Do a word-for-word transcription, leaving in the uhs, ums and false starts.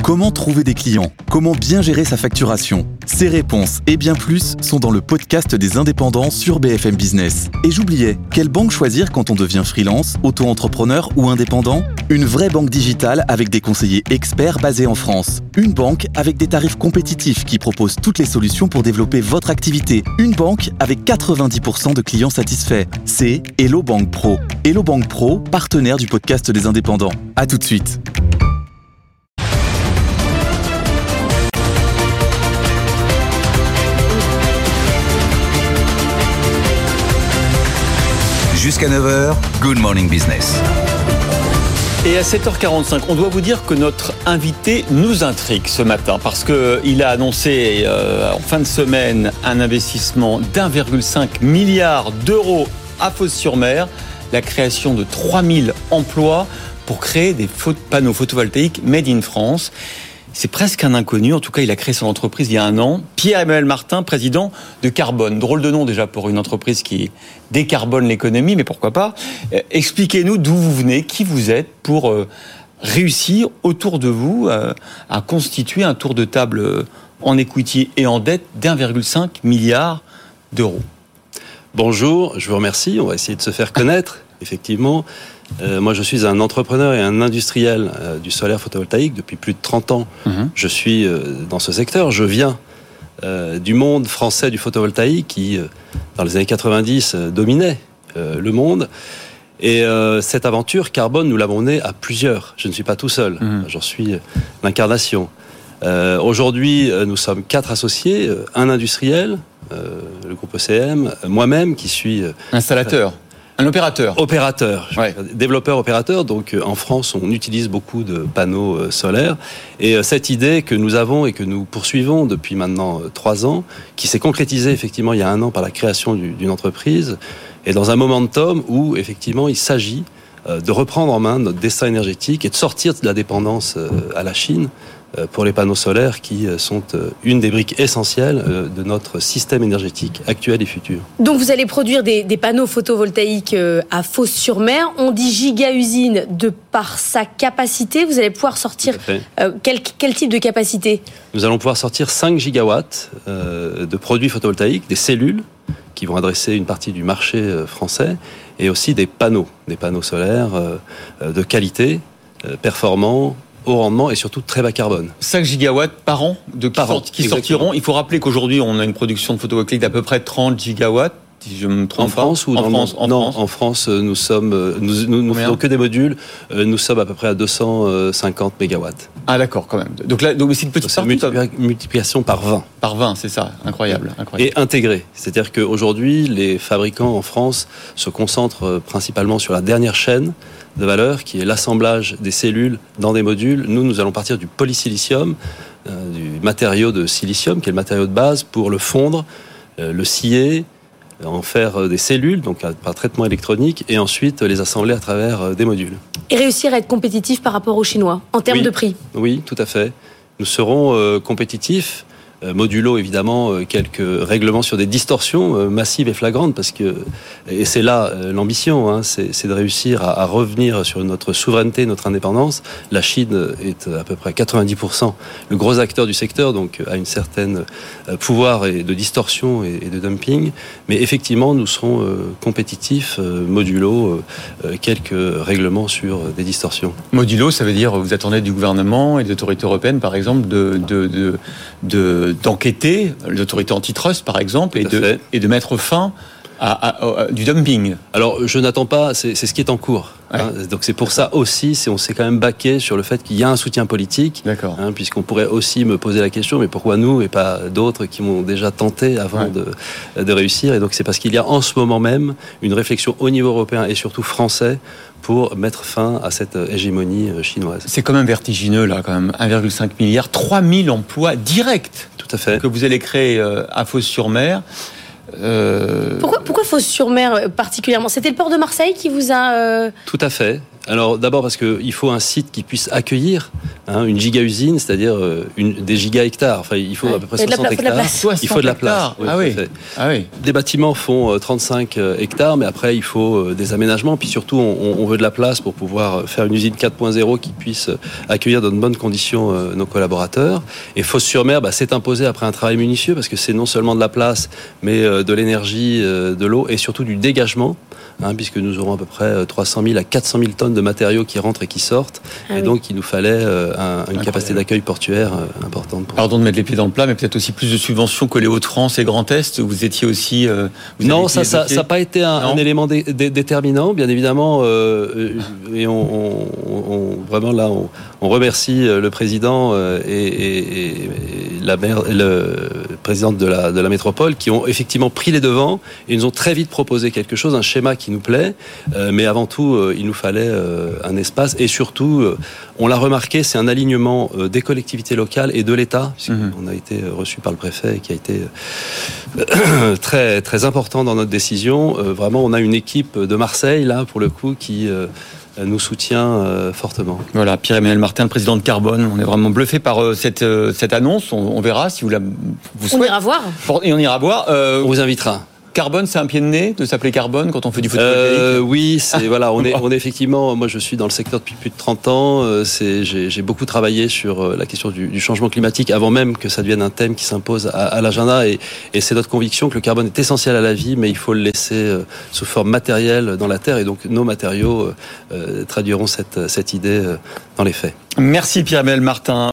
Comment trouver des clients ? Comment bien gérer sa facturation ? Ces réponses et bien plus sont dans le podcast des indépendants sur B F M Business. Et j'oubliais, quelle banque choisir quand on devient freelance, auto-entrepreneur ou indépendant ? Une vraie banque digitale avec des conseillers experts basés en France. Une banque avec des tarifs compétitifs qui propose toutes les solutions pour développer votre activité. Une banque avec quatre-vingt-dix pour cent de clients satisfaits. C'est Hello Bank Pro. Hello Bank Pro, partenaire du podcast des indépendants. À tout de suite. Jusqu'à neuf heures, Good Morning Business. Et à sept heures quarante-cinq, on doit vous dire que notre invité nous intrigue ce matin parce qu'il a annoncé euh, en fin de semaine un investissement d'un virgule cinq milliard d'euros à Fos-sur-Mer, la création de trois mille emplois pour créer des panneaux photovoltaïques made in France. C'est presque un inconnu, en tout cas il a créé son entreprise il y a un an. Pierre-Emmanuel Martin, président de Carbone. Drôle de nom déjà pour une entreprise qui décarbone l'économie, mais pourquoi pas. Euh, expliquez-nous d'où vous venez, qui vous êtes pour euh, réussir autour de vous euh, à constituer un tour de table euh, en equity et en dette d'un virgule cinq milliard d'euros. Bonjour, je vous remercie, on va essayer de se faire connaître, effectivement. Euh, moi, je suis un entrepreneur et un industriel euh, du solaire photovoltaïque depuis plus de trente ans. Mmh. Je suis euh, dans ce secteur. Je viens euh, du monde français du photovoltaïque qui, euh, dans les années quatre-vingt-dix, euh, dominait euh, le monde. Et euh, cette aventure Carbone, nous l'avons née à plusieurs. Je ne suis pas tout seul. Mmh. J'en suis euh, l'incarnation. Euh, aujourd'hui, euh, nous sommes quatre associés, euh, un industriel, euh, le groupe E C M, euh, moi-même qui suis euh, installateur. Un opérateur. Opérateur, ouais. Développeur opérateur. Donc en France, on utilise beaucoup de panneaux solaires. Et cette idée que nous avons et que nous poursuivons depuis maintenant trois ans, qui s'est concrétisée effectivement il y a un an par la création d'une entreprise, est dans un momentum où effectivement il s'agit de reprendre en main notre destin énergétique et de sortir de la dépendance à la Chine pour les panneaux solaires qui sont une des briques essentielles de notre système énergétique actuel et futur. Donc vous allez produire des, des panneaux photovoltaïques à Fos-sur-Mer. On dit giga-usine de par sa capacité. Vous allez pouvoir sortir euh, quel, quel type de capacité ? Nous allons pouvoir sortir cinq gigawatts euh, de produits photovoltaïques, des cellules qui vont adresser une partie du marché français et aussi des panneaux, des panneaux solaires euh, de qualité, euh, performants, haut rendement et surtout très bas carbone. cinq gigawatts par an de, qui, par sort, an, qui sortiront. Il faut rappeler qu'aujourd'hui, on a une production de photovoltaïque d'à peu près trente gigawatts. Si je me trompe en France pas. ou en dans France, le... en Non, France. en France, nous sommes, nous, nous, nous faisons que des modules. Nous sommes à peu près à deux cent cinquante mégawatts. Ah d'accord, quand même. Donc là, donc c'est une petite partie. Multipli- multiplication par vingt. Par vingt, c'est ça, incroyable, incroyable. Et intégré, c'est-à-dire qu'aujourd'hui, les fabricants en France se concentrent principalement sur la dernière chaîne de valeur, qui est l'assemblage des cellules dans des modules. Nous, nous allons partir du polysilicium, euh, du matériau de silicium, qui est le matériau de base, pour le fondre, euh, le scier, en faire des cellules, donc par traitement électronique, et ensuite les assembler à travers des modules. Et réussir à être compétitif par rapport aux Chinois, en termes oui, de prix. Oui, tout à fait. Nous serons euh, compétitifs, euh, modulo évidemment euh, quelques règlements sur des distorsions euh, massives et flagrantes, parce que, et c'est là euh, l'ambition, hein, c'est, c'est de réussir à, à revenir sur notre souveraineté, notre indépendance. La Chine est à peu près à quatre-vingt-dix pour cent le gros acteur du secteur, donc a une certaine euh, pouvoir et de distorsion et, et de dumping, mais effectivement nous serons euh, compétitifs, euh, modulo euh, quelques règlements sur des distorsions. Modulo, ça veut dire vous attendez du gouvernement et des autorités européennes, par exemple, de, de, de, de d'enquêter, l'autorité antitrust par exemple, et de, et de mettre fin à, à, à du dumping. Alors je n'attends pas, c'est, c'est ce qui est en cours. Ouais. Hein, donc c'est pour ça aussi, c'est, on s'est quand même baqué sur le fait qu'il y a un soutien politique. D'accord. Hein, puisqu'on pourrait aussi me poser la question, mais pourquoi nous et pas d'autres qui m'ont déjà tenté avant ouais. de, de réussir. Et donc c'est parce qu'il y a en ce moment même une réflexion au niveau européen et surtout français pour mettre fin à cette hégémonie chinoise. C'est quand même vertigineux là, quand même un virgule cinq milliard, trois mille emplois directs. Tout à fait. Que vous allez créer à Fos-sur-Mer. Euh... Pourquoi, pourquoi Fos-sur-Mer particulièrement ? C'était le port de Marseille qui vous a... Euh... Tout à fait. Alors d'abord parce qu'il faut un site qui puisse accueillir hein, une giga-usine, c'est-à-dire euh, une, des giga-hectares. Enfin, il faut ouais. à peu près soixante hectares. Il faut de la place. Oui, ah, oui. ah oui. Des bâtiments font euh, trente-cinq hectares, mais après il faut euh, des aménagements. Puis surtout, on, on veut de la place pour pouvoir faire une usine quatre point zéro qui puisse accueillir dans de bonnes conditions euh, nos collaborateurs. Et Fos-sur-Mer, bah, c'est imposé après un travail minutieux parce que c'est non seulement de la place, mais euh, de l'énergie, euh, de l'eau et surtout du dégagement. Hein, puisque nous aurons à peu près trois cent mille à quatre cent mille tonnes de matériaux qui rentrent et qui sortent. Ah et oui. donc, il nous fallait euh, un, une capacité d'accueil portuaire euh, importante. Pour Pardon de mettre les pieds dans le plat, mais peut-être aussi plus de subventions que les Hauts-de-France et Grand Est. Vous étiez aussi... Euh, vous non, ça n'a ça, pas été un, un élément dé, dé, déterminant, bien évidemment. Euh, et on, on, on, vraiment, là, on, on remercie le président euh, et, et, et la maire, le présidente de la, de la métropole qui ont effectivement pris les devants et nous ont très vite proposé quelque chose, un schéma qui nous plaît, euh, mais avant tout, euh, il nous fallait euh, un espace et surtout, euh, on l'a remarqué, c'est un alignement euh, des collectivités locales et de l'État, puisqu'on mmh. a été reçu par le préfet et qui a été euh, très, très important dans notre décision. Euh, vraiment, on a une équipe de Marseille, là, pour le coup, qui... Euh, nous soutient euh, fortement. Voilà, Pierre-Emmanuel Martin, le président de Carbone. On est vraiment bluffé par euh, cette, euh, cette annonce. On, on verra si vous la... Vous on ira voir. Et on ira voir. Euh, on vous invitera. Carbone, c'est un pied de nez de s'appeler Carbone quand on fait du photovoltaïque euh, Oui, c'est, voilà, on est, on est effectivement... Moi, je suis dans le secteur depuis plus de trente ans. Euh, c'est, j'ai, j'ai beaucoup travaillé sur la question du, du changement climatique avant même que ça devienne un thème qui s'impose à, à l'agenda. Et, et c'est notre conviction que le carbone est essentiel à la vie, mais il faut le laisser euh, sous forme matérielle dans la terre. Et donc, nos matériaux euh, traduiront cette, cette idée euh, dans les faits. Merci Pierre-Emmanuel Martin.